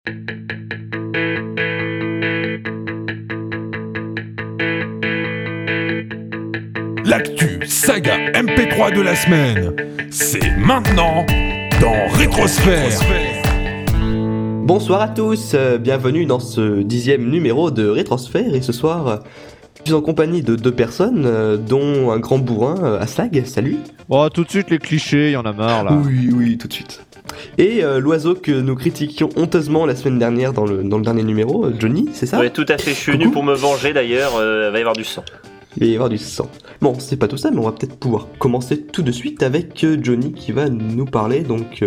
L'actu saga MP3 de la semaine, c'est maintenant dans Rétrosphère. Bonsoir à tous, bienvenue dans ce 10e numéro de Rétrosphère, et ce soir, je suis en compagnie de deux personnes, dont un grand bourrin, Aslag, salut. Oh, tout de suite les clichés, y en a marre là. Oui, tout de suite. Et l'oiseau que nous critiquions honteusement la semaine dernière dans le dernier numéro, Johnny, c'est ça? Oui, tout à fait, je suis venu pour me venger d'ailleurs, va y avoir du sang. Il va y avoir du sang. Bon, c'est pas tout ça, mais on va peut-être pouvoir commencer tout de suite avec Johnny qui va nous parler donc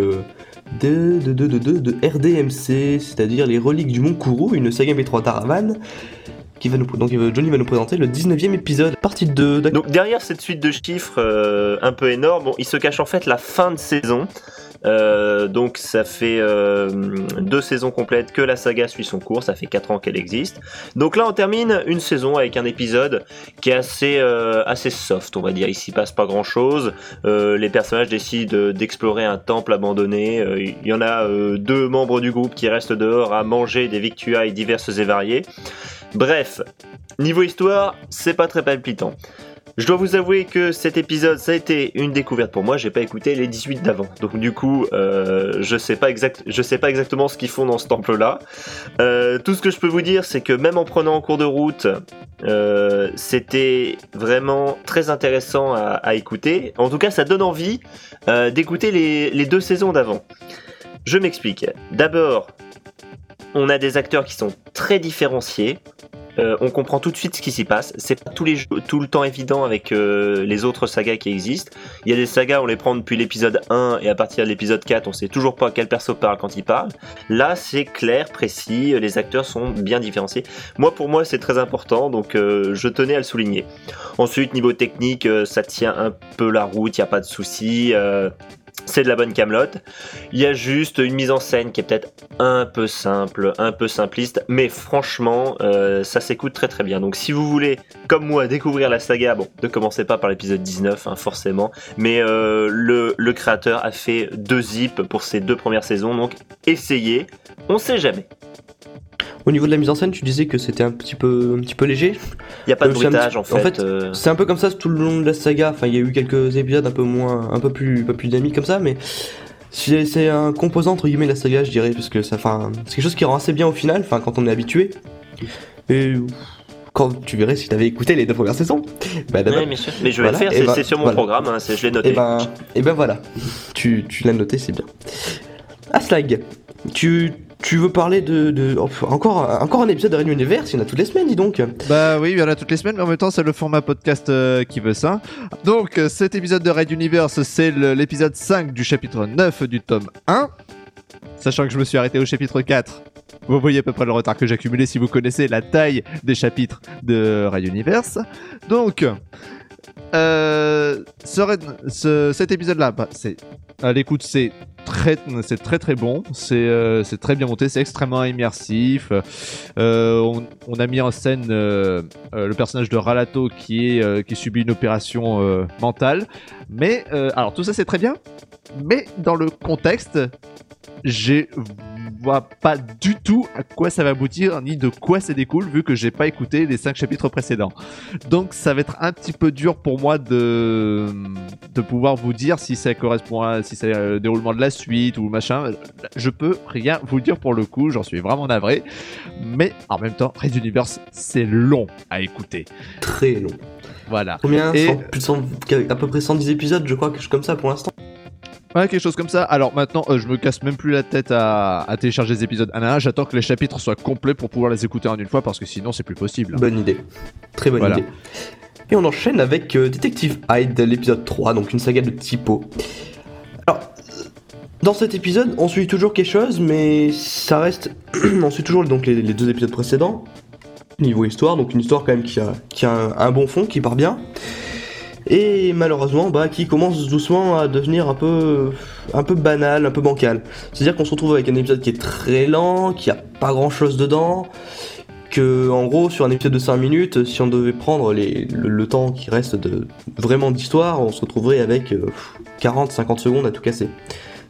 de RDMC, c'est-à-dire les reliques du Mont Kourou, une saga MP3 d'Aravan. Johnny va nous présenter le 19e épisode, partie 2. Donc derrière cette suite de chiffres un peu énorme, il se cache en fait la fin de saison. Donc ça fait 2 saisons complètes que la saga suit son cours, ça fait 4 ans qu'elle existe. Donc là on termine une saison avec un épisode qui est assez soft, on va dire. Il s'y passe pas grand chose. Les personnages décident d'explorer un temple abandonné. Il y en a 2 membres du groupe qui restent dehors à manger des victuailles diverses et variées. Bref, niveau histoire, c'est pas très palpitant. Je dois vous avouer que cet épisode, ça a été une découverte pour moi. J'ai pas écouté les 18 d'avant, donc du coup, je sais pas exactement ce qu'ils font dans ce temple-là. Tout ce que je peux vous dire, c'est que même en prenant en cours de route, c'était vraiment très intéressant à écouter. En tout cas, ça donne envie d'écouter les 2 saisons d'avant. Je m'explique. D'abord, on a des acteurs qui sont très différenciés. On comprend tout de suite ce qui s'y passe. C'est pas tout le temps évident avec les autres sagas qui existent. Il y a des sagas, on les prend depuis l'épisode 1 et à partir de l'épisode 4, on sait toujours pas quel perso parle quand il parle. Là, c'est clair, précis, les acteurs sont bien différenciés. Pour moi, c'est très important, donc je tenais à le souligner. Ensuite, niveau technique, ça tient un peu la route, il n'y a pas de souci. C'est de la bonne camelote. Il y a juste une mise en scène qui est peut-être un peu simple, un peu simpliste, mais franchement, ça s'écoute très très bien. Donc si vous voulez, comme moi, découvrir la saga, bon, ne commencez pas par l'épisode 19, forcément, mais le créateur a fait 2 zips pour ces 2 premières saisons, donc essayez, on sait jamais. Au niveau de la mise en scène, tu disais que c'était un petit peu léger. Il n'y a pas de bruitage en fait. C'est un peu comme ça tout le long de la saga. Enfin, il y a eu quelques épisodes un peu plus dynamiques comme ça, mais c'est un composant entre guillemets de la saga, je dirais, parce que c'est quelque chose qui rend assez bien au final. Enfin, quand on est habitué. Et quand tu verrais si tu avais écouté les 2 premières saisons. Oui, bien sûr. Mais je vais le faire. C'est sur mon programme. Je l'ai noté. Et ben voilà. Tu l'as noté, c'est bien. Aslag, tu veux parler de encore un épisode de Red Universe, il y en a toutes les semaines, dis donc. Bah oui, il y en a toutes les semaines, mais en même temps, c'est le format podcast qui veut ça. Donc, cet épisode de Red Universe, c'est l'épisode 5 du chapitre 9 du tome 1. Sachant que je me suis arrêté au chapitre 4. Vous voyez à peu près le retard que j'ai accumulé si vous connaissez la taille des chapitres de Red Universe. Donc, cet épisode-là, c'est à l'écoute, c'est très très bon, c'est très bien monté, c'est extrêmement immersif. On a mis en scène le personnage de Ralato qui subit une opération mentale. Mais alors tout ça c'est très bien, mais dans le contexte, je vois pas du tout à quoi ça va aboutir ni de quoi ça découle vu que j'ai pas écouté les 5 chapitres précédents. Donc ça va être un petit peu dur pour moi de pouvoir vous dire si ça correspond si c'est le déroulement de la suite ou machin. Je peux rien vous dire pour le coup, j'en suis vraiment navré. Mais en même temps, Red Universe, c'est long à écouter. Très long. Voilà. Combien à peu près 110 épisodes, je crois, quelque chose comme ça pour l'instant. Ouais, quelque chose comme ça. Alors maintenant, je me casse même plus la tête à télécharger les épisodes un à un. J'attends que les chapitres soient complets pour pouvoir les écouter en une fois parce que sinon c'est plus possible. Bonne idée. Très bonne idée. Et on enchaîne avec Detective Hyde, l'épisode 3, donc une saga de typo. Alors, dans cet épisode, on suit toujours quelque chose, mais ça reste... on suit toujours donc, les 2 épisodes précédents. Niveau histoire, donc une histoire quand même qui a un bon fond, qui part bien. Et malheureusement qui commence doucement à devenir un peu banal, un peu bancal. C'est-à-dire qu'on se retrouve avec un épisode qui est très lent, qui a pas grand chose dedans, que en gros sur un épisode de 5 minutes, si on devait prendre le temps qui reste vraiment d'histoire, on se retrouverait avec 40-50 secondes à tout casser.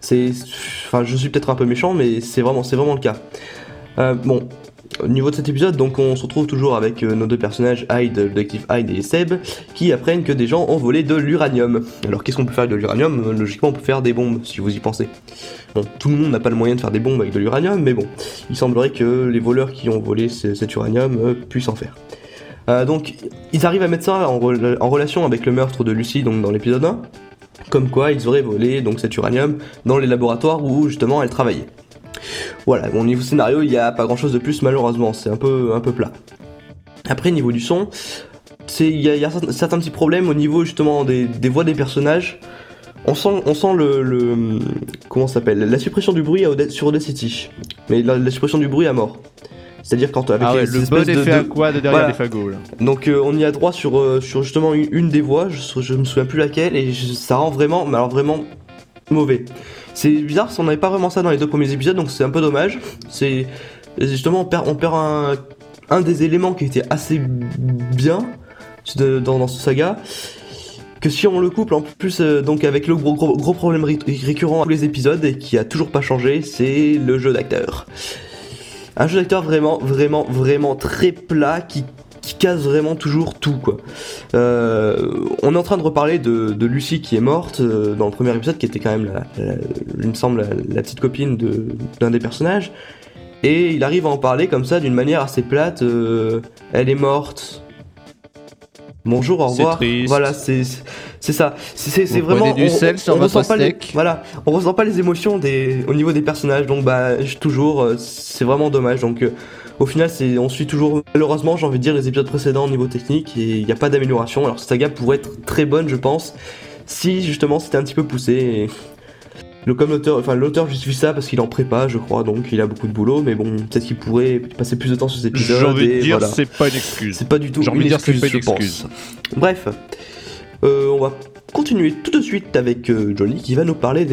Enfin, je suis peut-être un peu méchant, mais c'est vraiment le cas. Bon, au niveau de cet épisode, donc on se retrouve toujours avec nos deux personnages, Hyde, le détective Hyde et Seb, qui apprennent que des gens ont volé de l'uranium. Alors qu'est-ce qu'on peut faire avec de l'uranium ? Logiquement, on peut faire des bombes, si vous y pensez. Bon, tout le monde n'a pas le moyen de faire des bombes avec de l'uranium, mais bon, il semblerait que les voleurs qui ont volé cet uranium puissent en faire. Donc, ils arrivent à mettre ça en relation avec le meurtre de Lucy, donc dans l'épisode 1, comme quoi ils auraient volé donc cet uranium dans les laboratoires où justement elle travaillait. Voilà, bon, niveau scénario, il n'y a pas grand chose de plus malheureusement, c'est un peu plat. Après, niveau du son, il y a certains petits problèmes au niveau justement des voix des personnages. On sent le comment ça s'appelle, la suppression du bruit sur Audacity, mais la suppression du bruit à mort. C'est-à-dire quand avec le bon effet à quoi de derrière les fagots là. Donc on y a droit sur justement une des voix, je me souviens plus laquelle, et ça rend vraiment, mais alors vraiment mauvais. C'est bizarre parce qu'on n'avait pas vraiment ça dans les deux premiers épisodes, donc c'est un peu dommage. C'est justement on perd un des éléments qui était assez bien dans ce saga. Que si on le couple en plus donc avec le gros problème récurrent à tous les épisodes et qui a toujours pas changé, c'est le jeu d'acteur. Un jeu d'acteur vraiment très plat qui casse vraiment toujours tout quoi. On est en train de reparler de Lucy qui est morte dans le premier épisode, qui était quand même il me semble la petite copine d'un des personnages, et il arrive à en parler comme ça d'une manière assez plate. Elle est morte. Bonjour, au revoir. Voilà, c'est ça. C'est vraiment. Du sel sur votre steak. On ressent pas les émotions au niveau des personnages. Donc toujours, c'est vraiment dommage. Donc au final, on suit toujours, malheureusement, j'ai envie de dire, les épisodes précédents au niveau technique, et il n'y a pas d'amélioration. Alors cette saga pourrait être très bonne, je pense, si justement c'était un petit peu poussé. Et comme l'auteur justifie ça parce qu'il en prépa, je crois, donc il a beaucoup de boulot, mais bon, peut-être qu'il pourrait passer plus de temps sur ces épisodes. J'ai envie de dire, voilà. C'est pas une excuse. C'est pas du tout une excuse, je pense. Bref, on va continuer tout de suite avec Johnny qui va nous parler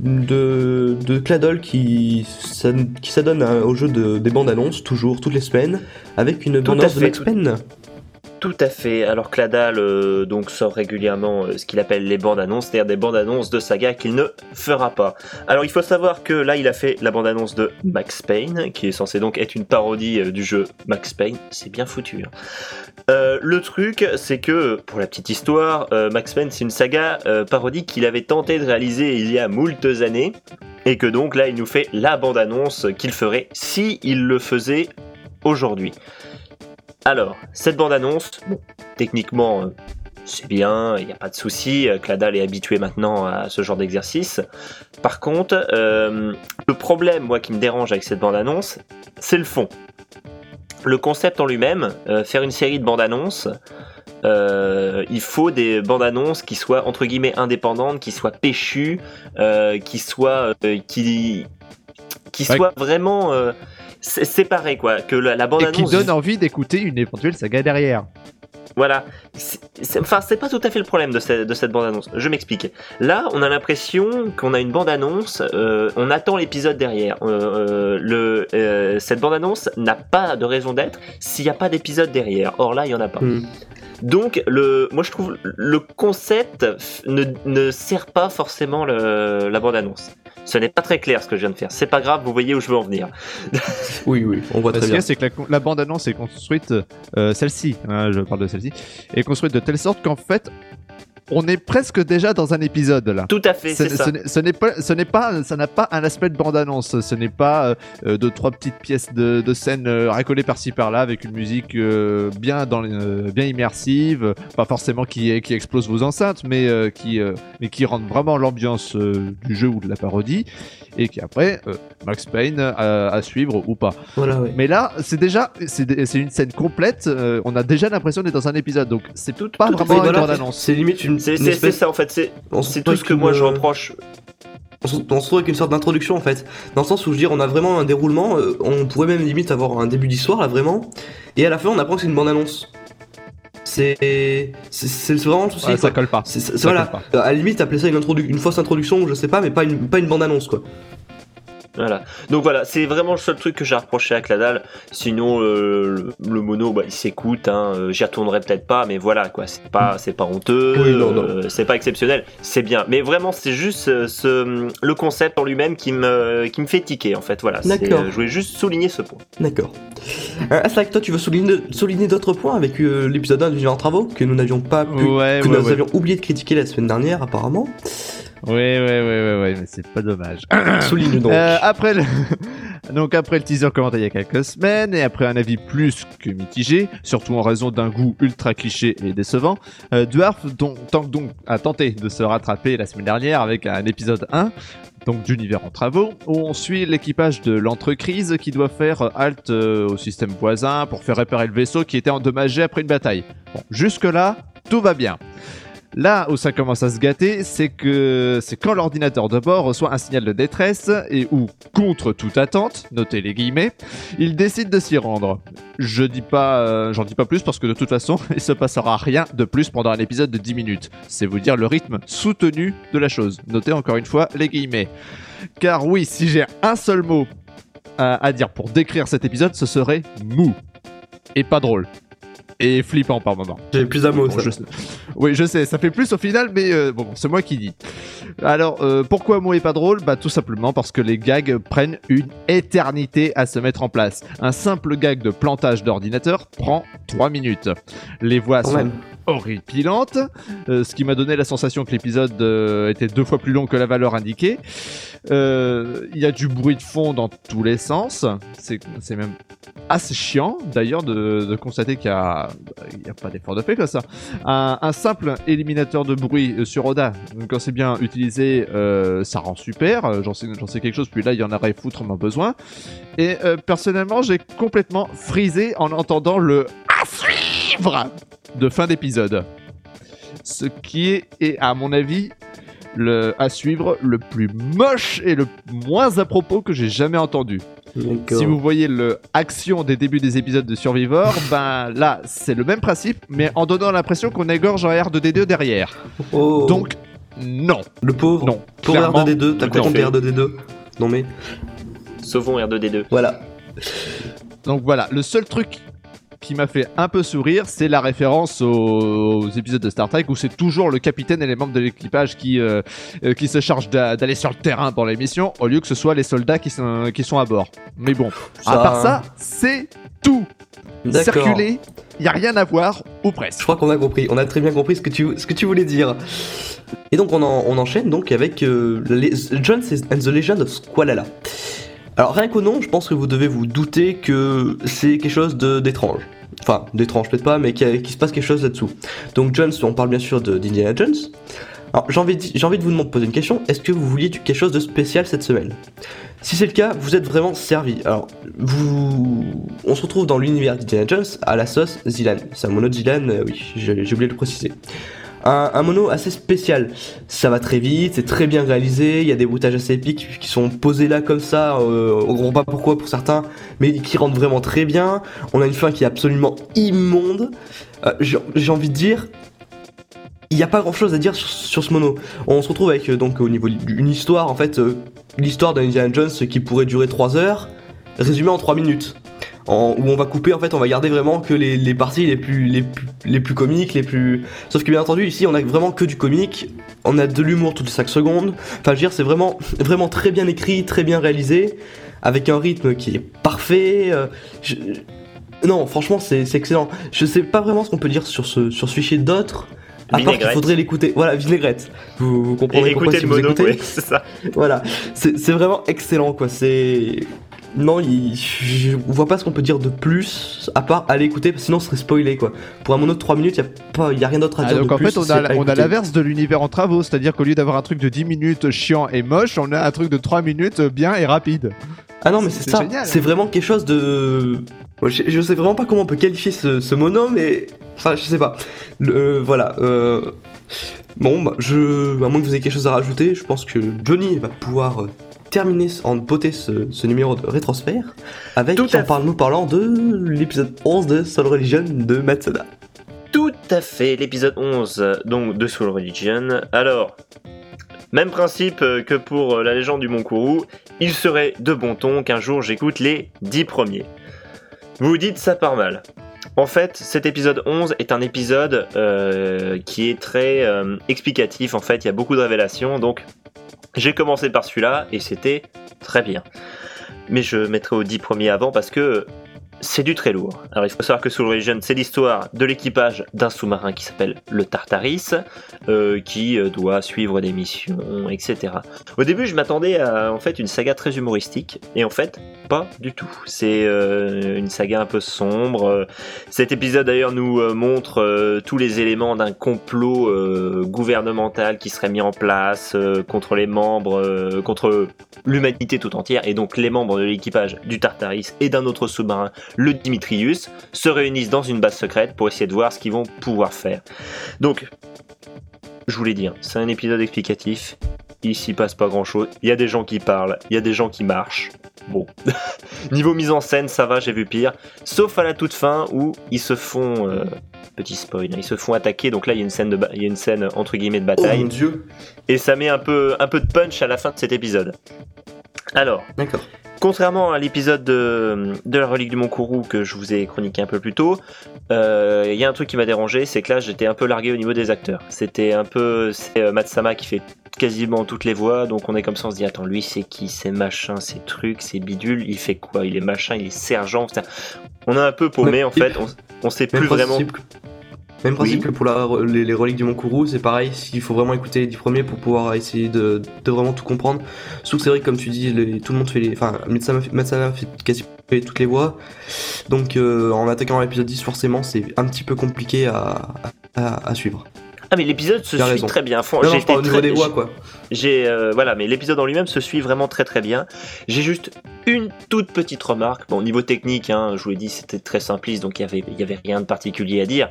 de Claddle qui s'adonne au jeu des bandes annonces, toujours, toutes les semaines, avec une bande annonce de Max Payne. Tout à fait. Alors Claddle donc sort régulièrement ce qu'il appelle les bandes annonces, c'est-à-dire des bandes annonces de saga qu'il ne fera pas. Alors il faut savoir que là il a fait la bande annonce de Max Payne, qui est censé donc être une parodie du jeu Max Payne. C'est bien foutu. Le truc, c'est que pour la petite histoire, Max Payne c'est une saga parodie qu'il avait tenté de réaliser il y a moultes années, et que donc là il nous fait la bande annonce qu'il ferait si il le faisait aujourd'hui. Alors, cette bande-annonce, bon, techniquement, c'est bien, il n'y a pas de souci, Claddle est habitué maintenant à ce genre d'exercice. Par contre, le problème, moi, qui me dérange avec cette bande-annonce, c'est le fond. Le concept en lui-même, faire une série de bandes-annonces, il faut des bandes-annonces qui soient, entre guillemets, indépendantes, qui soient péchues, qui soient vraiment... c'est séparé quoi, que la bande annonce et qui donne envie d'écouter une éventuelle saga derrière. Voilà, c'est pas tout à fait le problème de cette bande annonce. Je m'explique. Là, on a l'impression qu'on a une bande annonce, on attend l'épisode derrière. Cette bande annonce n'a pas de raison d'être s'il n'y a pas d'épisode derrière. Or là, il y en a pas. Donc, moi je trouve le concept ne sert pas forcément la bande annonce. Ce n'est pas très clair ce que je viens de faire. C'est pas grave, vous voyez où je veux en venir. Oui, on voit très bien. Ce qu'il y a, c'est que la bande-annonce est construite, celle-ci, je parle de celle-ci, est construite de telle sorte qu'en fait, on est presque déjà dans un épisode là. Tout à fait, c'est ça. Ça n'a pas un aspect de bande-annonce. Ce n'est pas 2-3 petites pièces de scène racolées par-ci par-là avec une musique bien immersive, pas forcément qui explose vos enceintes, mais qui rend vraiment l'ambiance du jeu ou de la parodie, et qui après Max Payne à suivre ou pas. Voilà, ouais. Mais là, c'est une scène complète. On a déjà l'impression d'être dans un épisode, donc c'est pas vraiment une bande-annonce. C'est limite une. C'est ça en fait, c'est tout ce que moi je reproche. On se retrouve avec une sorte d'introduction en fait, dans le sens où je veux dire on a vraiment un déroulement, on pourrait même limite avoir un début d'histoire là vraiment, et à la fin on apprend que c'est une bande annonce. C'est vraiment le souci. Ça colle pas. Voilà. À la limite appeler ça une fausse introduction, je sais pas, mais pas une bande annonce quoi. Voilà. Donc voilà, c'est vraiment le seul truc que j'ai reproché à Cladal. Sinon, le mono, il s'écoute. J'y retournerai peut-être pas, mais voilà, quoi. C'est pas honteux. Oui, non. C'est pas exceptionnel. C'est bien. Mais vraiment, c'est juste le concept en lui-même qui me fait tiquer, en fait. Voilà. D'accord. Je voulais juste souligner ce point. D'accord. Aslak, toi, tu veux souligner d'autres points avec l'épisode 1 du Géant en Travaux que nous n'avions pas pu, nous avions oublié de critiquer la semaine dernière, apparemment. Ouais, mais c'est pas dommage. Souligne donc. Après le teaser commenté il y a quelques semaines, et après un avis plus que mitigé, surtout en raison d'un goût ultra cliché et décevant, Dwarf a tenté de se rattraper la semaine dernière avec un épisode 1, donc d'Univers en Travaux, où on suit l'équipage de l'entreprise qui doit faire halte au système voisin pour faire réparer le vaisseau qui était endommagé après une bataille. Bon, jusque-là, tout va bien. Là où ça commence à se gâter, c'est quand l'ordinateur de bord reçoit un signal de détresse et où, contre toute attente, notez les guillemets, il décide de s'y rendre. J'en dis pas plus parce que de toute façon, il se passera rien de plus pendant un épisode de 10 minutes. C'est vous dire le rythme soutenu de la chose. Notez encore une fois les guillemets. Car oui, si j'ai un seul mot à dire pour décrire cet épisode, ce serait mou. Et pas drôle. Et flippant par moment. J'ai plus d'un mot, ça. Oui, je sais, ça fait plus au final, mais bon, c'est moi qui dis. Alors, pourquoi mot est pas drôle ? Tout simplement parce que les gags prennent une éternité à se mettre en place. Un simple gag de plantage d'ordinateur prend 3 minutes. Les voix sont horripilantes, ce qui m'a donné la sensation que l'épisode était 2 fois plus long que la valeur indiquée. Il y a du bruit de fond dans tous les sens. C'est même assez chiant, d'ailleurs, de constater qu'il y a pas d'effort de fait comme ça. Un simple éliminateur de bruit sur Oda, quand c'est bien utilisé, ça rend super. J'en sais quelque chose, puis là, il y en aurait foutrement besoin. Et personnellement, j'ai complètement frisé en entendant le « à suivre » de fin d'épisode. Ce qui est à mon avis, le à suivre le plus moche et le moins à propos que j'ai jamais entendu. Si vous voyez le action des débuts des épisodes de Survivor, là c'est le même principe, mais en donnant l'impression qu'on égorge un R2D2 derrière. Oh. Donc non. Le pauvre. Non. Pour R2D2, t'as quoi contre R2D2 ? Non mais. Sauvons R2D2. Voilà. Donc voilà, le seul truc qui m'a fait un peu sourire, c'est la référence aux épisodes de Star Trek où c'est toujours le capitaine et les membres de l'équipage qui se chargent d'aller sur le terrain pour les missions, au lieu que ce soit les soldats qui sont à bord. Mais bon, à part ça, c'est tout. D'accord. Circuler, il n'y a rien à voir, ou presque. Je crois qu'on a compris, on a très bien compris ce que tu voulais dire. Et donc on enchaîne donc avec Jones and the Legend of Squalala. Alors rien qu'au nom, je pense que vous devez vous douter que c'est quelque chose d'étrange. Enfin, d'étrange peut-être pas, mais qu'il se passe quelque chose là-dessous. Donc Jones, on parle bien sûr d'Indiana Jones. Alors j'ai envie de vous poser une question. Est-ce que vous vouliez quelque chose de spécial cette semaine ? Si c'est le cas, vous êtes vraiment servi. Alors, on se retrouve dans l'univers d'Indiana Jones à la sauce Zilan. C'est un mono de Zilan, oui, j'ai oublié de le préciser. Un mono assez spécial, ça va très vite, c'est très bien réalisé, il y a des bruitages assez épiques qui sont posés là comme ça, on comprend pas pourquoi pour certains, mais qui rendent vraiment très bien. On a une fin qui est absolument immonde, j'ai envie de dire, il n'y a pas grand chose à dire sur ce mono. On se retrouve avec donc au niveau d'une histoire, en fait, l'histoire d'Indiana Jones qui pourrait durer 3 heures, résumée en 3 minutes. Où on va couper, en fait, on va garder vraiment que les parties les plus comiques, sauf que bien entendu ici on a vraiment que du comique, on a de l'humour toutes les 5 secondes, enfin je veux dire c'est vraiment très bien écrit, très bien réalisé, avec un rythme qui est parfait, non franchement c'est excellent. Je sais pas vraiment ce qu'on peut dire sur ce fichier d'autres, à part qu'il faudrait l'écouter, voilà, vinaigrette, vous comprendrez pourquoi si vous écoutez, ouais, c'est ça. Voilà, c'est vraiment excellent quoi, c'est... Non, je vois pas ce qu'on peut dire de plus, à part aller écouter, parce que sinon on serait spoilé quoi. Pour un mono de 3 minutes, y a rien d'autre à dire donc de plus. Donc en fait, on a l'inverse de l'univers en travaux, c'est-à-dire qu'au lieu d'avoir un truc de 10 minutes chiant et moche, on a un truc de 3 minutes bien et rapide. Ah non, mais c'est ça, génial. C'est vraiment quelque chose de... Je sais vraiment pas comment on peut qualifier ce mono, mais... Enfin, je sais pas. Voilà. Bon, à moins que vous ayez quelque chose à rajouter, je pense que Johnny va pouvoir... terminer en beauté ce numéro de Rétrosphère avec nous parlant de l'épisode 11 de Soul Religion de Matsuda. Tout à fait, l'épisode 11 donc de Soul Religion. Alors, Même principe que pour la légende du Mont Kourou, il serait de bon ton qu'un jour j'écoute les 10 premiers. Vous vous dites ça part mal. En fait, cet épisode 11 est un épisode qui est très explicatif. En fait, il y a beaucoup de révélations, donc j'ai commencé par celui-là et c'était très bien. Mais je mettrai aux 10 premiers avant parce que c'est du très lourd. Alors il faut savoir que Soul Region, c'est l'histoire de l'équipage d'un sous-marin qui s'appelle le Tartaris, qui doit suivre des missions, etc. Au début, je m'attendais à en fait une saga très humoristique, et en fait, pas du tout. C'est une saga un peu sombre. Cet épisode d'ailleurs nous montre tous les éléments d'un complot gouvernemental qui serait mis en place contre les membres, contre l'humanité tout entière, et donc les membres de l'équipage du Tartaris et d'un autre sous-marin, le Dimitrius, se réunissent dans une base secrète pour essayer de voir ce qu'ils vont pouvoir faire. Donc, je vous l'ai dit, c'est un épisode explicatif, il s'y passe pas grand chose, il y a des gens qui parlent, il y a des gens qui marchent, bon. Niveau mise en scène, ça va, j'ai vu pire, sauf à la toute fin où ils se font, petit spoil, ils se font attaquer, donc là il y a une scène entre guillemets de bataille, Oh mon Dieu. Et ça met un peu de punch à la fin de cet épisode. Alors, D'accord. contrairement à l'épisode de la relique du Mont Kourou que je vous ai chroniqué un peu plus tôt, il y a un truc qui m'a dérangé, c'est que là j'étais un peu largué au niveau des acteurs. C'est Matsama qui fait quasiment toutes les voix, donc on est comme ça, on se dit attends, lui c'est qui, c'est machin, c'est truc, c'est bidule, il fait quoi, il est machin, il est sergent, on est un peu paumé en fait, on sait plus vraiment. Même principe que pour les reliques du Mont Kourou, c'est pareil, il faut vraiment écouter les 10 premiers pour pouvoir essayer de vraiment tout comprendre. Surtout que c'est vrai que comme tu dis, tout le monde fait Matsama fait quasiment toutes les voix, donc en attaquant l'épisode 10 forcément c'est un petit peu compliqué à suivre. Ah mais l'épisode se suit très bien. Je parle au niveau des voix quoi. Voilà, mais l'épisode en lui-même se suit vraiment très très bien. J'ai juste une toute petite remarque. Bon, niveau technique, je vous l'ai dit, c'était très simpliste, donc il y avait rien de particulier à dire.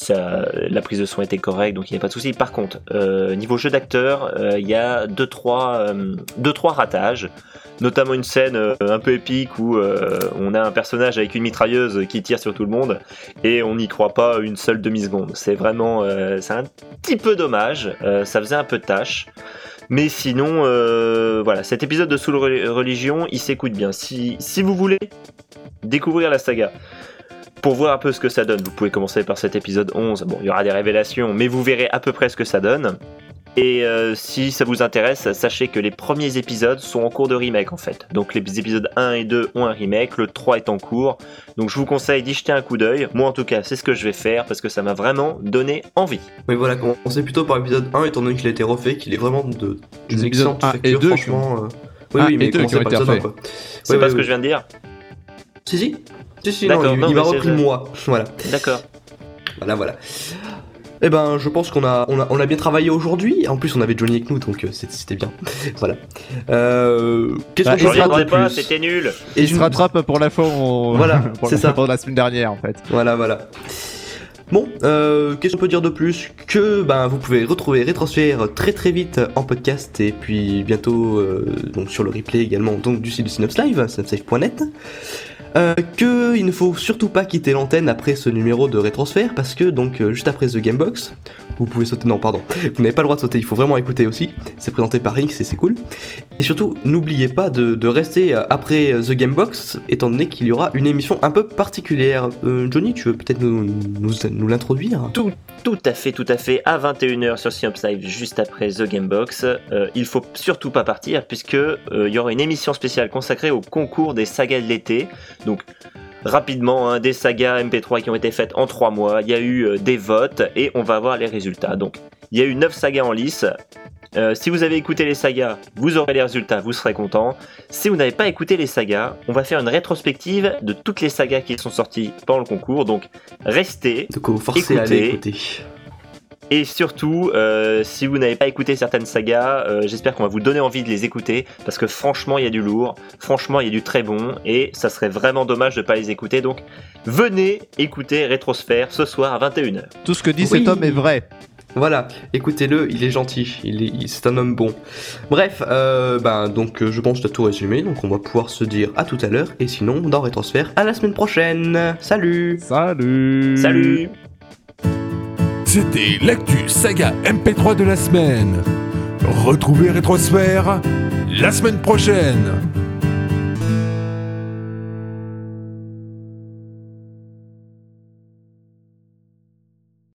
La prise de son était correcte, donc il n'y avait pas de souci. Par contre, niveau jeu d'acteur, il y a 2-3 ratages. Notamment une scène un peu épique où on a un personnage avec une mitrailleuse qui tire sur tout le monde et on n'y croit pas une seule demi-seconde. C'est vraiment c'est un petit peu dommage, ça faisait un peu de tâche. Mais sinon, voilà, cet épisode de Soul Religion, il s'écoute bien. Si vous voulez découvrir la saga, pour voir un peu ce que ça donne, vous pouvez commencer par cet épisode 11. Bon, il y aura des révélations, mais vous verrez à peu près ce que ça donne. Et si ça vous intéresse, sachez que les premiers épisodes sont en cours de remake en fait. Donc les épisodes 1 et 2 ont un remake, le 3 est en cours. Donc je vous conseille d'y jeter un coup d'œil. Moi en tout cas, c'est ce que je vais faire parce que ça m'a vraiment donné envie. Oui voilà, commencez plutôt par l'épisode 1 étant donné qu'il a été refait, qu'il est vraiment d'une excellente facture, franchement. Oui, mais commencez par l'épisode 1 quoi. C'est pas ce que je viens de dire. Si, non, il m'a repris moi. Voilà. D'accord. Voilà. Eh ben, je pense qu'on a bien travaillé aujourd'hui. En plus, on avait Johnny avec nous, donc c'était bien. Voilà. Qu'est-ce qu'on peut dire de plus ? C'était nul. Et il se rattrape pour la fois voilà, c'est ça. Pour la semaine dernière, en fait. Voilà. Bon, qu'est-ce qu'on peut dire de plus ? Que vous pouvez retrouver Rétrosphère très très vite en podcast et puis bientôt donc sur le replay également donc du site du Synops Live, synopslive.net. Il ne faut surtout pas quitter l'antenne après ce numéro de Rétrosphère parce que donc juste après The Gamebox, vous pouvez sauter, non pardon, vous n'avez pas le droit de sauter, il faut vraiment écouter aussi, c'est présenté par Rinx et c'est cool. Et surtout, n'oubliez pas de rester après The Gamebox étant donné qu'il y aura une émission un peu particulière. Johnny, tu veux peut-être nous l'introduire ? Tout à fait, à 21h sur Synops Live, juste après The Gamebox. Il faut surtout pas partir, puisque il y aura une émission spéciale consacrée au concours des sagas de l'été. Donc, rapidement, des sagas MP3 qui ont été faites en 3 mois. Il y a eu des votes, et on va voir les résultats. Donc, il y a eu 9 sagas en lice. Si vous avez écouté les sagas, vous aurez les résultats, vous serez content. Si vous n'avez pas écouté les sagas, on va faire une rétrospective de toutes les sagas qui sont sorties pendant le concours. Donc restez, écoutez. À aller écouter. Et surtout, si vous n'avez pas écouté certaines sagas, j'espère qu'on va vous donner envie de les écouter. Parce que franchement, il y a du lourd, franchement, il y a du très bon. Et ça serait vraiment dommage de ne pas les écouter. Donc venez écouter Rétrosphère ce soir à 21h. Tout ce que dit cet homme est vrai. Voilà, écoutez-le, il est gentil, c'est un homme bon. Bref, donc je pense que tu as tout résumé, donc on va pouvoir se dire à tout à l'heure, et sinon, dans Rétrosphère, à la semaine prochaine. Salut. C'était l'actu saga MP3 de la semaine. Retrouvez Rétrosphère la semaine prochaine.